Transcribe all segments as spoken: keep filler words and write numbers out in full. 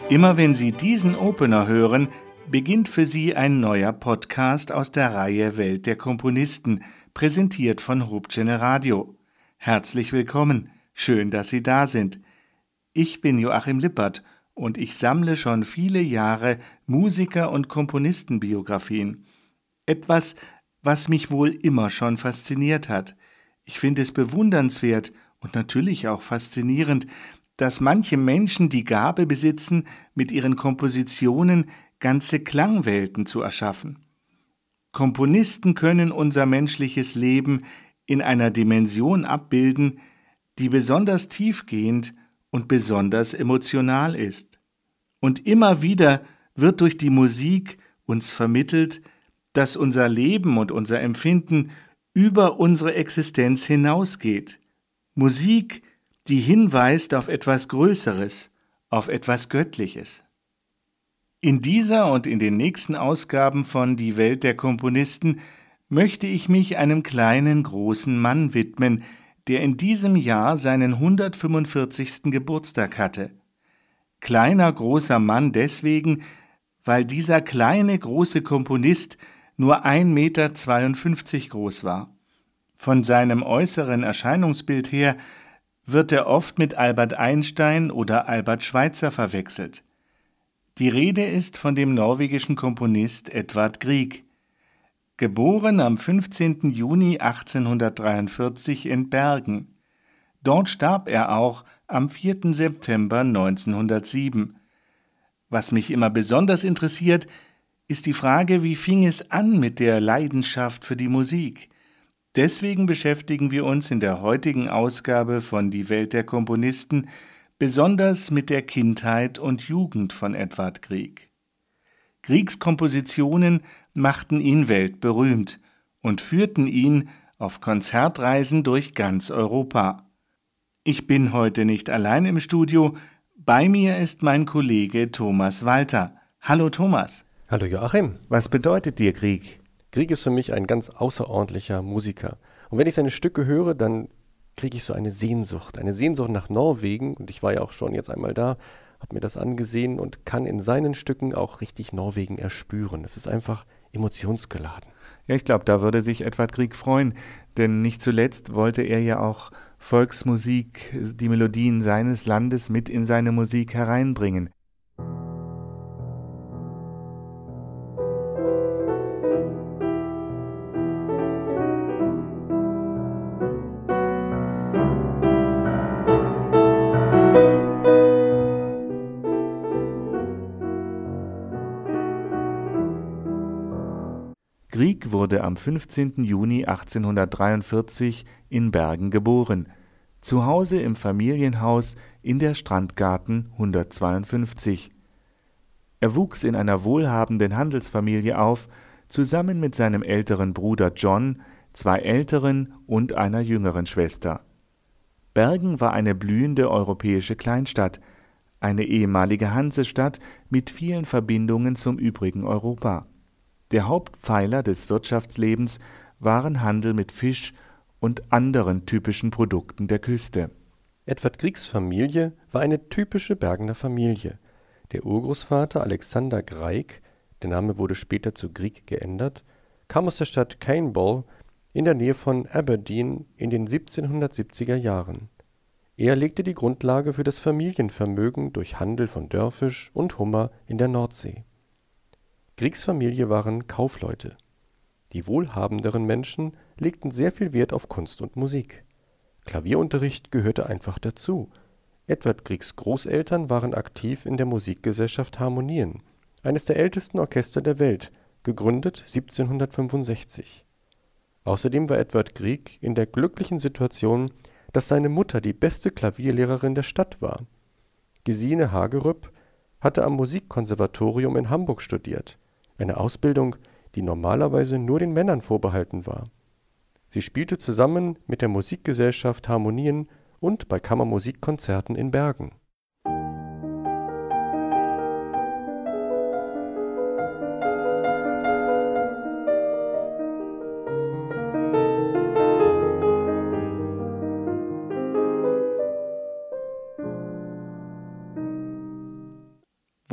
Immer wenn Sie diesen Opener hören, beginnt für Sie ein neuer Podcast aus der Reihe Welt der Komponisten, präsentiert von Hope Radio. Herzlich willkommen, schön, dass Sie da sind. Ich bin Joachim Lippert und ich sammle schon viele Jahre Musiker- und Komponistenbiografien. Etwas, was mich wohl immer schon fasziniert hat. Ich finde es bewundernswert und natürlich auch faszinierend, dass manche Menschen die Gabe besitzen, mit ihren Kompositionen ganze Klangwelten zu erschaffen. Komponisten können unser menschliches Leben in einer Dimension abbilden, die besonders tiefgehend und besonders emotional ist. Und immer wieder wird durch die Musik uns vermittelt, dass unser Leben und unser Empfinden über unsere Existenz hinausgeht. Musik, die hinweist auf etwas Größeres, auf etwas Göttliches. In dieser und in den nächsten Ausgaben von Die Welt der Komponisten möchte ich mich einem kleinen, großen Mann widmen, der in diesem Jahr seinen hundertfünfundvierzigsten Geburtstag hatte. Kleiner, großer Mann deswegen, weil dieser kleine, große Komponist nur ein Meter zweiundfünfzig groß war. Von seinem äußeren Erscheinungsbild her wird er oft mit Albert Einstein oder Albert Schweitzer verwechselt. Die Rede ist von dem norwegischen Komponist Edvard Grieg. Geboren am fünfzehnten Juni achtzehnhundertdreiundvierzig in Bergen. Dort starb er auch am vierten September neunzehnhundertsieben. Was mich immer besonders interessiert, ist die Frage, wie fing es an mit der Leidenschaft für die Musik? Deswegen beschäftigen wir uns in der heutigen Ausgabe von Die Welt der Komponisten besonders mit der Kindheit und Jugend von Edvard Grieg. Griegs Kompositionen machten ihn weltberühmt und führten ihn auf Konzertreisen durch ganz Europa. Ich bin heute nicht allein im Studio, bei mir ist mein Kollege Thomas Walter. Hallo Thomas. Hallo Joachim. Was bedeutet dir Grieg? Grieg ist für mich ein ganz außerordentlicher Musiker. Und wenn ich seine Stücke höre, dann kriege ich so eine Sehnsucht. Eine Sehnsucht nach Norwegen. Und ich war ja auch schon jetzt einmal da, habe mir das angesehen und kann in seinen Stücken auch richtig Norwegen erspüren. Es ist einfach emotionsgeladen. Ja, ich glaube, da würde sich Edvard Grieg freuen. Denn nicht zuletzt wollte er ja auch Volksmusik, die Melodien seines Landes mit in seine Musik hereinbringen. Grieg wurde am fünfzehnten Juni achtzehnhundertdreiundvierzig in Bergen geboren, zu Hause im Familienhaus in der Strandgarten hundertzweiundfünfzig. Er wuchs in einer wohlhabenden Handelsfamilie auf, zusammen mit seinem älteren Bruder John, zwei älteren und einer jüngeren Schwester. Bergen war eine blühende europäische Kleinstadt, eine ehemalige Hansestadt mit vielen Verbindungen zum übrigen Europa. Der Hauptpfeiler des Wirtschaftslebens waren Handel mit Fisch und anderen typischen Produkten der Küste. Edvard Griegs Familie war eine typische Bergener Familie. Der Urgroßvater Alexander Grieg, der Name wurde später zu Grieg geändert, kam aus der Stadt Cainball in der Nähe von Aberdeen in den siebzehnhundertsiebziger Jahren. Er legte die Grundlage für das Familienvermögen durch Handel von Dörrfisch und Hummer in der Nordsee. Griegs Familie waren Kaufleute. Die wohlhabenderen Menschen legten sehr viel Wert auf Kunst und Musik. Klavierunterricht gehörte einfach dazu. Edvard Griegs Großeltern waren aktiv in der Musikgesellschaft Harmonien, eines der ältesten Orchester der Welt, gegründet siebzehnhundertfünfundsechzig. Außerdem war Edvard Grieg in der glücklichen Situation, dass seine Mutter die beste Klavierlehrerin der Stadt war. Gesine Hagerup hatte am Musikkonservatorium in Hamburg studiert, eine Ausbildung, die normalerweise nur den Männern vorbehalten war. Sie spielte zusammen mit der Musikgesellschaft Harmonien und bei Kammermusikkonzerten in Bergen.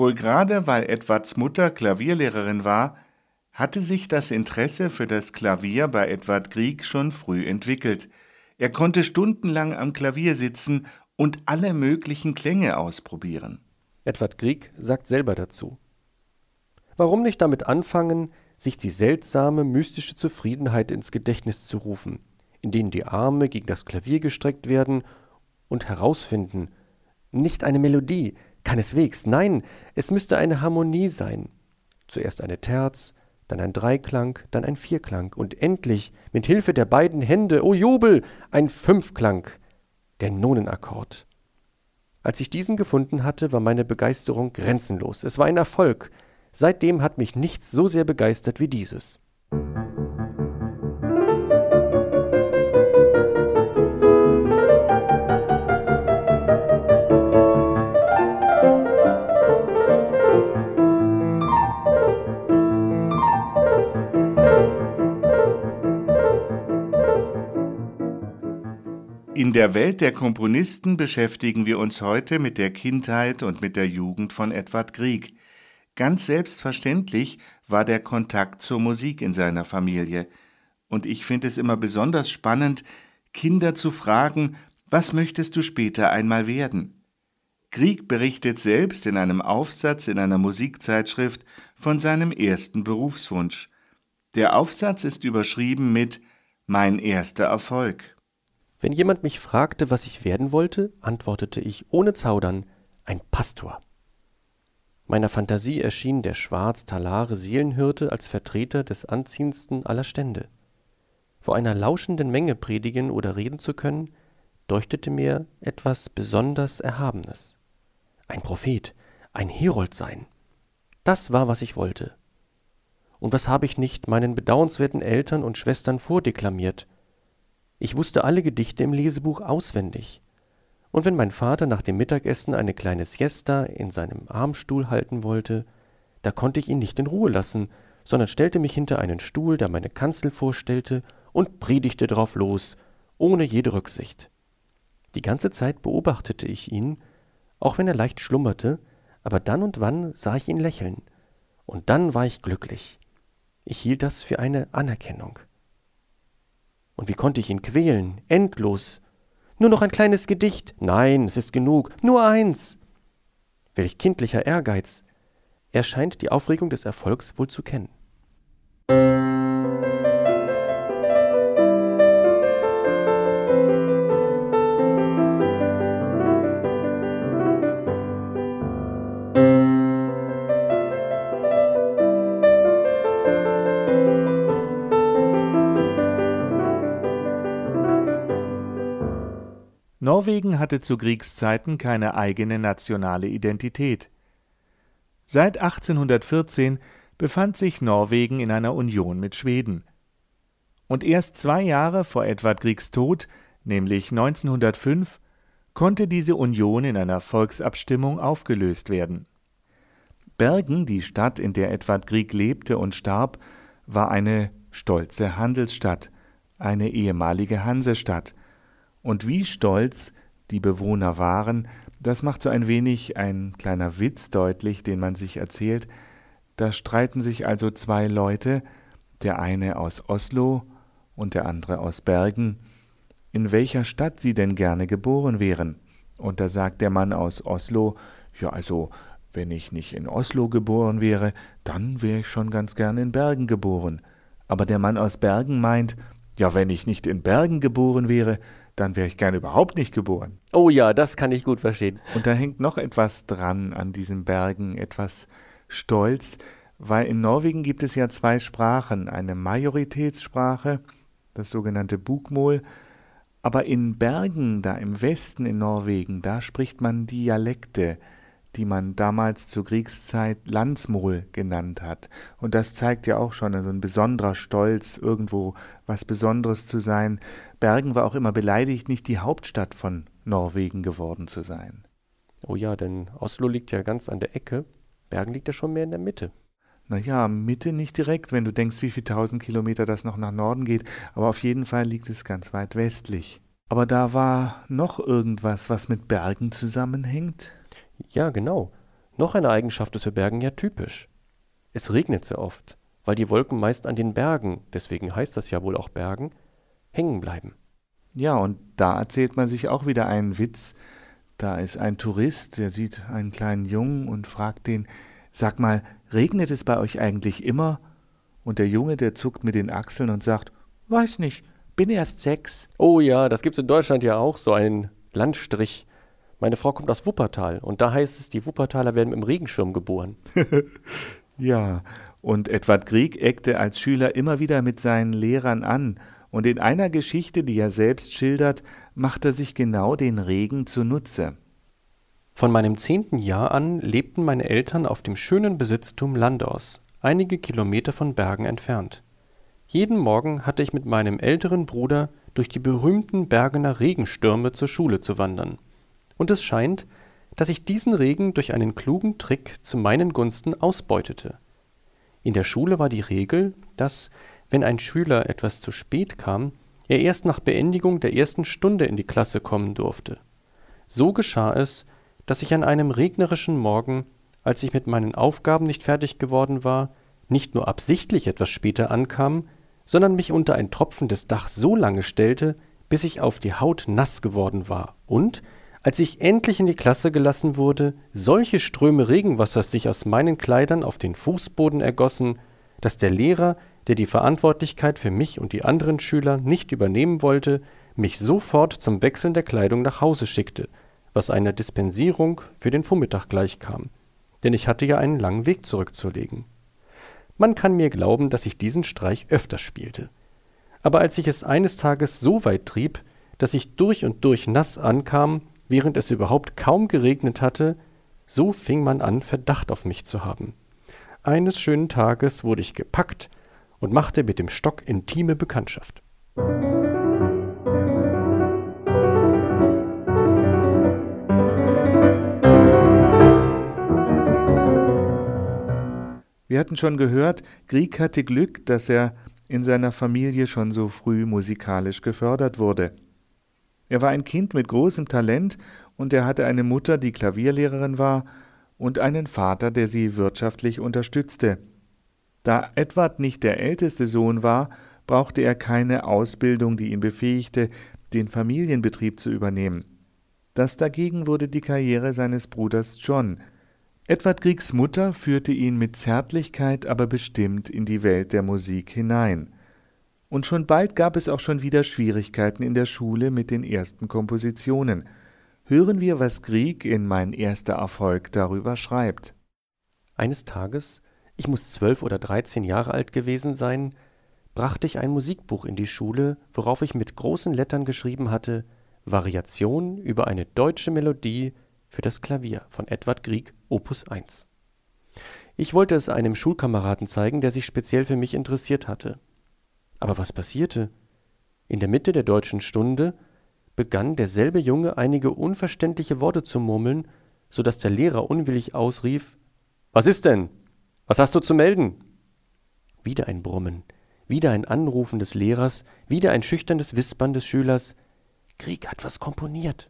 Wohl gerade, weil Edwards Mutter Klavierlehrerin war, hatte sich das Interesse für das Klavier bei Edvard Grieg schon früh entwickelt. Er konnte stundenlang am Klavier sitzen und alle möglichen Klänge ausprobieren. Edvard Grieg sagt selber dazu: Warum nicht damit anfangen, sich die seltsame, mystische Zufriedenheit ins Gedächtnis zu rufen, in denen die Arme gegen das Klavier gestreckt werden und herausfinden, nicht eine Melodie, keineswegs, nein, es müsste eine Harmonie sein. Zuerst eine Terz, dann ein Dreiklang, dann ein Vierklang und endlich, mit Hilfe der beiden Hände, o Jubel, ein Fünfklang, der Nonenakkord. Als ich diesen gefunden hatte, war meine Begeisterung grenzenlos. Es war ein Erfolg. Seitdem hat mich nichts so sehr begeistert wie dieses. In der Welt der Komponisten beschäftigen wir uns heute mit der Kindheit und mit der Jugend von Edvard Grieg. Ganz selbstverständlich war der Kontakt zur Musik in seiner Familie. Und ich finde es immer besonders spannend, Kinder zu fragen, was möchtest du später einmal werden? Grieg berichtet selbst in einem Aufsatz in einer Musikzeitschrift von seinem ersten Berufswunsch. Der Aufsatz ist überschrieben mit »Mein erster Erfolg«. Wenn jemand mich fragte, was ich werden wollte, antwortete ich ohne Zaudern: ein Pastor. Meiner Fantasie erschien der schwarz-talare Seelenhirte als Vertreter des anziehendsten aller Stände. Vor einer lauschenden Menge predigen oder reden zu können, leuchtete mir etwas besonders Erhabenes. Ein Prophet, ein Herold sein. Das war, was ich wollte. Und was habe ich nicht meinen bedauernswerten Eltern und Schwestern vordeklamiert? Ich wusste alle Gedichte im Lesebuch auswendig. Und wenn mein Vater nach dem Mittagessen eine kleine Siesta in seinem Armstuhl halten wollte, da konnte ich ihn nicht in Ruhe lassen, sondern stellte mich hinter einen Stuhl, der meine Kanzel vorstellte, und predigte drauf los, ohne jede Rücksicht. Die ganze Zeit beobachtete ich ihn, auch wenn er leicht schlummerte, aber dann und wann sah ich ihn lächeln, und dann war ich glücklich. Ich hielt das für eine Anerkennung. Und wie konnte ich ihn quälen? Endlos. Nur noch ein kleines Gedicht. Nein, es ist genug. Nur eins. Welch kindlicher Ehrgeiz. Er scheint die Aufregung des Erfolgs wohl zu kennen. Norwegen hatte zu Kriegszeiten keine eigene nationale Identität. Seit achtzehnhundertvierzehn befand sich Norwegen in einer Union mit Schweden. Und erst zwei Jahre vor Edvard Griegs Tod, nämlich neunzehnhundertfünf, konnte diese Union in einer Volksabstimmung aufgelöst werden. Bergen, die Stadt, in der Edvard Grieg lebte und starb, war eine stolze Handelsstadt, eine ehemalige Hansestadt. Und wie stolz die Bewohner waren, das macht so ein wenig ein kleiner Witz deutlich, den man sich erzählt. Da streiten sich also zwei Leute, der eine aus Oslo und der andere aus Bergen, in welcher Stadt sie denn gerne geboren wären. Und da sagt der Mann aus Oslo: Ja, also, wenn ich nicht in Oslo geboren wäre, dann wäre ich schon ganz gern in Bergen geboren. Aber der Mann aus Bergen meint: Ja, wenn ich nicht in Bergen geboren wäre, dann wäre ich gern überhaupt nicht geboren. Oh ja, das kann ich gut verstehen. Und da hängt noch etwas dran an diesen Bergen, etwas Stolz, weil in Norwegen gibt es ja zwei Sprachen, eine Majoritätssprache, das sogenannte Bokmål, aber in Bergen, da im Westen in Norwegen, da spricht man Dialekte, die man damals zur Kriegszeit Landsmål genannt hat. Und das zeigt ja auch schon so ein besonderer Stolz, irgendwo was Besonderes zu sein. Bergen war auch immer beleidigt, nicht die Hauptstadt von Norwegen geworden zu sein. Oh ja, denn Oslo liegt ja ganz an der Ecke, Bergen liegt ja schon mehr in der Mitte. Naja, Mitte nicht direkt, wenn du denkst, wie viele tausend Kilometer das noch nach Norden geht, aber auf jeden Fall liegt es ganz weit westlich. Aber da war noch irgendwas, was mit Bergen zusammenhängt? Ja, genau. Noch eine Eigenschaft ist für Bergen ja typisch. Es regnet sehr oft, weil die Wolken meist an den Bergen, deswegen heißt das ja wohl auch Bergen, hängen bleiben. Ja, und da erzählt man sich auch wieder einen Witz. Da ist ein Tourist, der sieht einen kleinen Jungen und fragt den, sag mal, regnet es bei euch eigentlich immer? Und der Junge, der zuckt mit den Achseln und sagt, weiß nicht, bin erst sechs. Oh ja, das gibt's in Deutschland ja auch, so einen Landstrich. Meine Frau kommt aus Wuppertal und da heißt es, die Wuppertaler werden mit dem Regenschirm geboren. Ja, und Edvard Grieg eckte als Schüler immer wieder mit seinen Lehrern an. Und in einer Geschichte, die er selbst schildert, macht er sich genau den Regen zunutze. Von meinem zehnten Jahr an lebten meine Eltern auf dem schönen Besitztum Landors, einige Kilometer von Bergen entfernt. Jeden Morgen hatte ich mit meinem älteren Bruder durch die berühmten Bergener Regenstürme zur Schule zu wandern. Und es scheint, dass ich diesen Regen durch einen klugen Trick zu meinen Gunsten ausbeutete. In der Schule war die Regel, dass, wenn ein Schüler etwas zu spät kam, er erst nach Beendigung der ersten Stunde in die Klasse kommen durfte. So geschah es, dass ich an einem regnerischen Morgen, als ich mit meinen Aufgaben nicht fertig geworden war, nicht nur absichtlich etwas später ankam, sondern mich unter ein tropfendes Dach so lange stellte, bis ich auf die Haut nass geworden war und, als ich endlich in die Klasse gelassen wurde, solche Ströme Regenwassers sich aus meinen Kleidern auf den Fußboden ergossen, dass der Lehrer, der die Verantwortlichkeit für mich und die anderen Schüler nicht übernehmen wollte, mich sofort zum Wechseln der Kleidung nach Hause schickte, was einer Dispensierung für den Vormittag gleichkam, denn ich hatte ja einen langen Weg zurückzulegen. Man kann mir glauben, dass ich diesen Streich öfters spielte. Aber als ich es eines Tages so weit trieb, dass ich durch und durch nass ankam, während es überhaupt kaum geregnet hatte, so fing man an, Verdacht auf mich zu haben. Eines schönen Tages wurde ich gepackt und machte mit dem Stock intime Bekanntschaft. Wir hatten schon gehört, Grieg hatte Glück, dass er in seiner Familie schon so früh musikalisch gefördert wurde. Er war ein Kind mit großem Talent und er hatte eine Mutter, die Klavierlehrerin war, und einen Vater, der sie wirtschaftlich unterstützte. Da Edvard nicht der älteste Sohn war, brauchte er keine Ausbildung, die ihn befähigte, den Familienbetrieb zu übernehmen. Das dagegen wurde die Karriere seines Bruders John. Edvard Griegs Mutter führte ihn mit Zärtlichkeit, aber bestimmt in die Welt der Musik hinein. Und schon bald gab es auch schon wieder Schwierigkeiten in der Schule mit den ersten Kompositionen. Hören wir, was Grieg in Mein erster Erfolg darüber schreibt. Eines Tages, ich muss zwölf oder dreizehn Jahre alt gewesen sein, brachte ich ein Musikbuch in die Schule, worauf ich mit großen Lettern geschrieben hatte: Variation über eine deutsche Melodie für das Klavier von Edvard Grieg, Opus eins. Ich wollte es einem Schulkameraden zeigen, der sich speziell für mich interessiert hatte. Aber was passierte? In der Mitte der deutschen Stunde begann derselbe Junge einige unverständliche Worte zu murmeln, so dass der Lehrer unwillig ausrief: »Was ist denn? Was hast du zu melden?« Wieder ein Brummen, wieder ein Anrufen des Lehrers, wieder ein schüchternes Wispern des Schülers: »Grieg hat was komponiert.«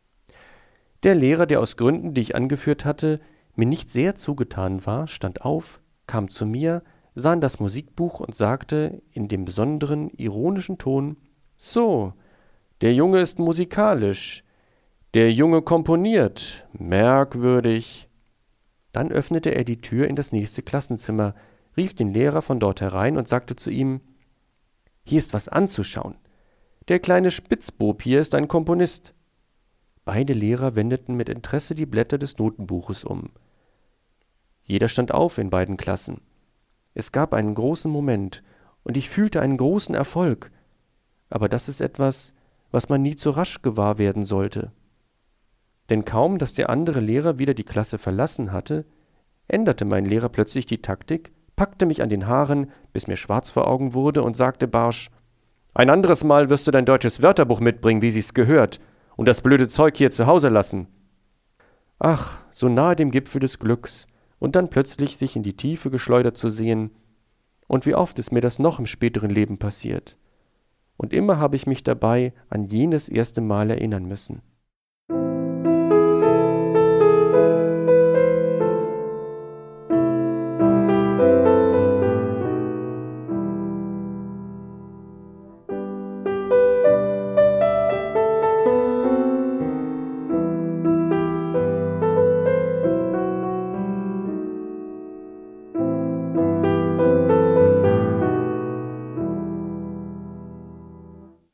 Der Lehrer, der aus Gründen, die ich angeführt hatte, mir nicht sehr zugetan war, stand auf, kam zu mir, sah in das Musikbuch und sagte in dem besonderen, ironischen Ton: »So, der Junge ist musikalisch. Der Junge komponiert. Merkwürdig.« Dann öffnete er die Tür in das nächste Klassenzimmer, rief den Lehrer von dort herein und sagte zu ihm: »Hier ist was anzuschauen. Der kleine Spitzbub hier ist ein Komponist.« Beide Lehrer wendeten mit Interesse die Blätter des Notenbuches um. Jeder stand auf in beiden Klassen. Es gab einen großen Moment, und ich fühlte einen großen Erfolg. Aber das ist etwas, was man nie zu rasch gewahr werden sollte. Denn kaum, dass der andere Lehrer wieder die Klasse verlassen hatte, änderte mein Lehrer plötzlich die Taktik, packte mich an den Haaren, bis mir schwarz vor Augen wurde, und sagte barsch: »Ein anderes Mal wirst du dein deutsches Wörterbuch mitbringen, wie sich's gehört, und das blöde Zeug hier zu Hause lassen.« Ach, so nahe dem Gipfel des Glücks, und dann plötzlich sich in die Tiefe geschleudert zu sehen. Und wie oft ist mir das noch im späteren Leben passiert. Und immer habe ich mich dabei an jenes erste Mal erinnern müssen.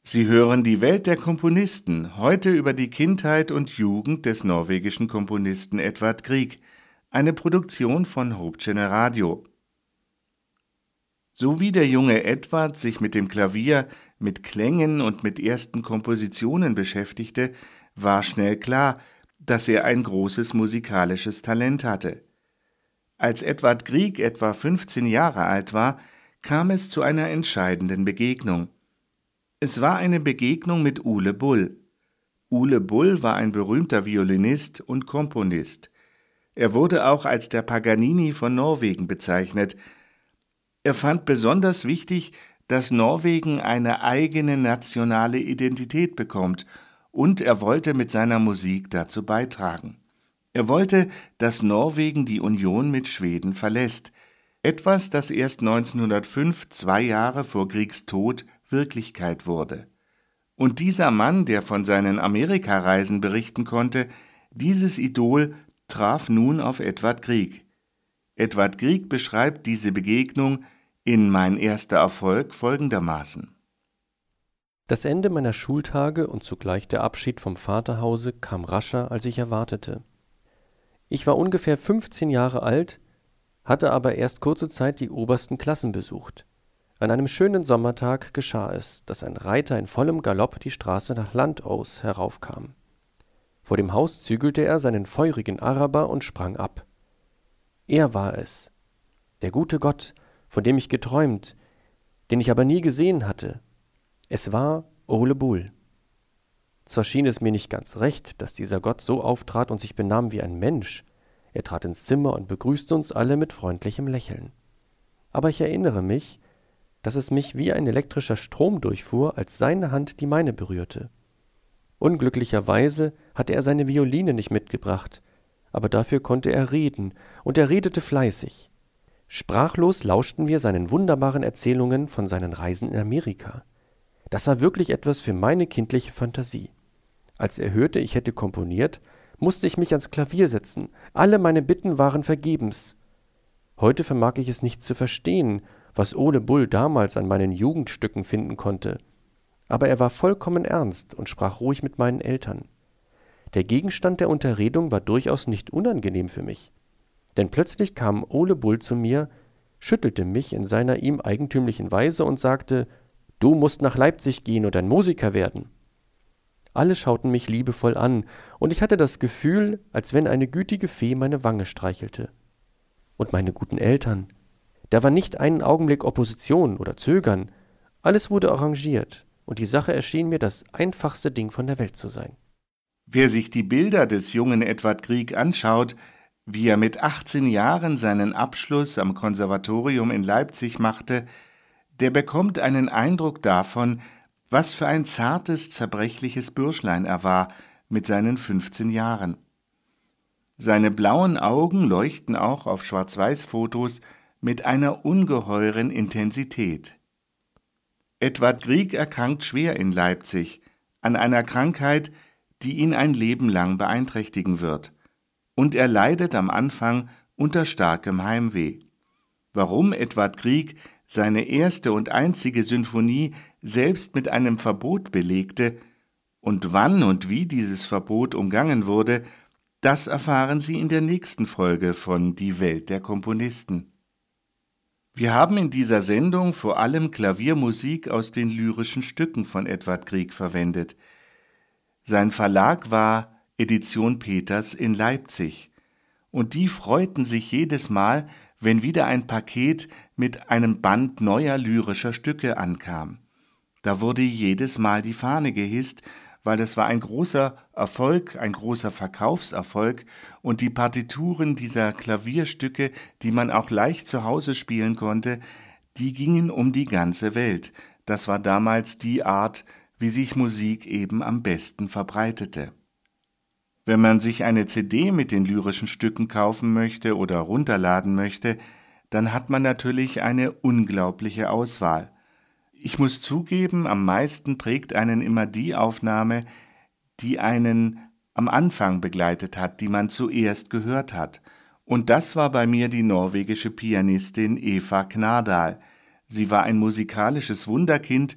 Sie hören die Welt der Komponisten, heute über die Kindheit und Jugend des norwegischen Komponisten Edvard Grieg, eine Produktion von Hope Channel Radio. So wie der junge Edvard sich mit dem Klavier, mit Klängen und mit ersten Kompositionen beschäftigte, war schnell klar, dass er ein großes musikalisches Talent hatte. Als Edvard Grieg etwa fünfzehn Jahre alt war, kam es zu einer entscheidenden Begegnung. Es war eine Begegnung mit Ole Bull. Ole Bull war ein berühmter Violinist und Komponist. Er wurde auch als der Paganini von Norwegen bezeichnet. Er fand besonders wichtig, dass Norwegen eine eigene nationale Identität bekommt, und er wollte mit seiner Musik dazu beitragen. Er wollte, dass Norwegen die Union mit Schweden verlässt, etwas, das erst neunzehnhundertfünf, zwei Jahre vor Griegs Tod, Wirklichkeit wurde. Und dieser Mann, der von seinen Amerikareisen berichten konnte, dieses Idol traf nun auf Edvard Grieg. Edvard Grieg beschreibt diese Begegnung in Mein erster Erfolg folgendermaßen. Das Ende meiner Schultage und zugleich der Abschied vom Vaterhause kam rascher, als ich erwartete. Ich war ungefähr fünfzehn Jahre alt, hatte aber erst kurze Zeit die obersten Klassen besucht. An einem schönen Sommertag geschah es, dass ein Reiter in vollem Galopp die Straße nach Landaus heraufkam. Vor dem Haus zügelte er seinen feurigen Araber und sprang ab. Er war es, der gute Gott, von dem ich geträumt, den ich aber nie gesehen hatte. Es war Ole Bull. Zwar schien es mir nicht ganz recht, dass dieser Gott so auftrat und sich benahm wie ein Mensch. Er trat ins Zimmer und begrüßte uns alle mit freundlichem Lächeln. Aber ich erinnere mich, dass es mich wie ein elektrischer Strom durchfuhr, als seine Hand die meine berührte. Unglücklicherweise hatte er seine Violine nicht mitgebracht, aber dafür konnte er reden, und er redete fleißig. Sprachlos lauschten wir seinen wunderbaren Erzählungen von seinen Reisen in Amerika. Das war wirklich etwas für meine kindliche Fantasie. Als er hörte, ich hätte komponiert, musste ich mich ans Klavier setzen. Alle meine Bitten waren vergebens. Heute vermag ich es nicht zu verstehen, was Ole Bull damals an meinen Jugendstücken finden konnte. Aber er war vollkommen ernst und sprach ruhig mit meinen Eltern. Der Gegenstand der Unterredung war durchaus nicht unangenehm für mich. Denn plötzlich kam Ole Bull zu mir, schüttelte mich in seiner ihm eigentümlichen Weise und sagte: »Du musst nach Leipzig gehen und ein Musiker werden.« Alle schauten mich liebevoll an, und ich hatte das Gefühl, als wenn eine gütige Fee meine Wange streichelte. Und meine guten Eltern. Da war nicht einen Augenblick Opposition oder Zögern. Alles wurde arrangiert, und die Sache erschien mir das einfachste Ding von der Welt zu sein. Wer sich die Bilder des jungen Edvard Grieg anschaut, wie er mit achtzehn Jahren seinen Abschluss am Konservatorium in Leipzig machte, der bekommt einen Eindruck davon, was für ein zartes, zerbrechliches Bürschlein er war mit seinen fünfzehn Jahren. Seine blauen Augen leuchten auch auf Schwarz-Weiß-Fotos mit einer ungeheuren Intensität. Edvard Grieg erkrankt schwer in Leipzig an einer Krankheit, die ihn ein Leben lang beeinträchtigen wird. Und er leidet am Anfang unter starkem Heimweh. Warum Edvard Grieg seine erste und einzige Sinfonie selbst mit einem Verbot belegte und wann und wie dieses Verbot umgangen wurde, das erfahren Sie in der nächsten Folge von Die Welt der Komponisten. Wir haben in dieser Sendung vor allem Klaviermusik aus den lyrischen Stücken von Edvard Grieg verwendet. Sein Verlag war Edition Peters in Leipzig, und die freuten sich jedes Mal, wenn wieder ein Paket mit einem Band neuer lyrischer Stücke ankam. Da wurde jedes Mal die Fahne gehisst, weil es war ein großer Erfolg, ein großer Verkaufserfolg, und die Partituren dieser Klavierstücke, die man auch leicht zu Hause spielen konnte, die gingen um die ganze Welt. Das war damals die Art, wie sich Musik eben am besten verbreitete. Wenn man sich eine C D mit den lyrischen Stücken kaufen möchte oder runterladen möchte, dann hat man natürlich eine unglaubliche Auswahl. Ich muss zugeben, am meisten prägt einen immer die Aufnahme, die einen am Anfang begleitet hat, die man zuerst gehört hat. Und das war bei mir die norwegische Pianistin Eva Knardal. Sie war ein musikalisches Wunderkind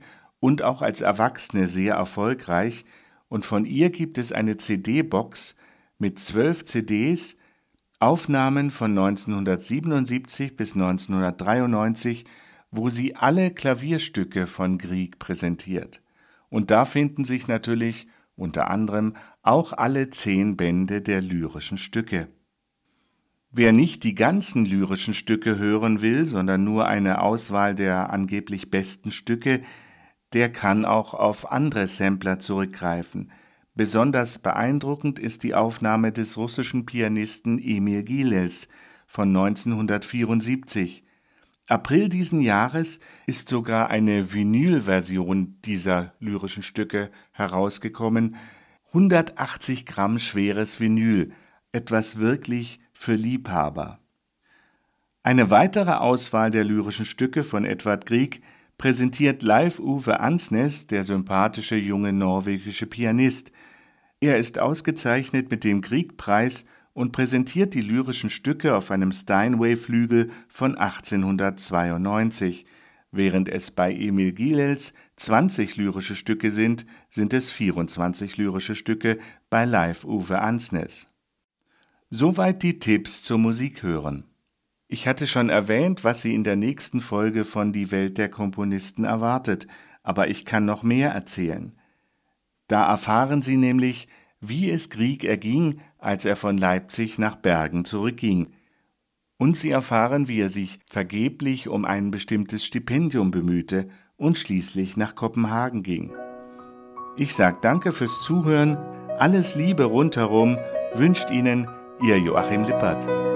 und auch als Erwachsene sehr erfolgreich, und von ihr gibt es eine C D-Box mit zwölf C Ds, Aufnahmen von neunzehnhundertsiebenundsiebzig bis neunzehnhundertdreiundneunzig, wo sie alle Klavierstücke von Grieg präsentiert. Und da finden sich natürlich unter anderem auch alle zehn Bände der lyrischen Stücke. Wer nicht die ganzen lyrischen Stücke hören will, sondern nur eine Auswahl der angeblich besten Stücke, der kann auch auf andere Sampler zurückgreifen. Besonders beeindruckend ist die Aufnahme des russischen Pianisten Emil Gilels von neunzehnhundertvierundsiebzig. April diesen Jahres ist sogar eine Vinylversion dieser lyrischen Stücke herausgekommen. hundertachtzig Gramm schweres Vinyl, etwas wirklich für Liebhaber. Eine weitere Auswahl der lyrischen Stücke von Edvard Grieg präsentiert Leif Ove Ansnes, der sympathische junge norwegische Pianist. Er ist ausgezeichnet mit dem Grieg-Preis und präsentiert die lyrischen Stücke auf einem Steinway-Flügel von achtzehnhundertzweiundneunzig. Während es bei Emil Gilels zwanzig lyrische Stücke sind, sind es vierundzwanzig lyrische Stücke bei Leif Ove Ansnes. Soweit die Tipps zum Musikhören. Ich hatte schon erwähnt, was Sie in der nächsten Folge von Die Welt der Komponisten erwartet, aber ich kann noch mehr erzählen. Da erfahren Sie nämlich, wie es Grieg erging, als er von Leipzig nach Bergen zurückging. Und Sie erfahren, wie er sich vergeblich um ein bestimmtes Stipendium bemühte und schließlich nach Kopenhagen ging. Ich sage danke fürs Zuhören, alles Liebe rundherum, wünscht Ihnen Ihr Joachim Lippert.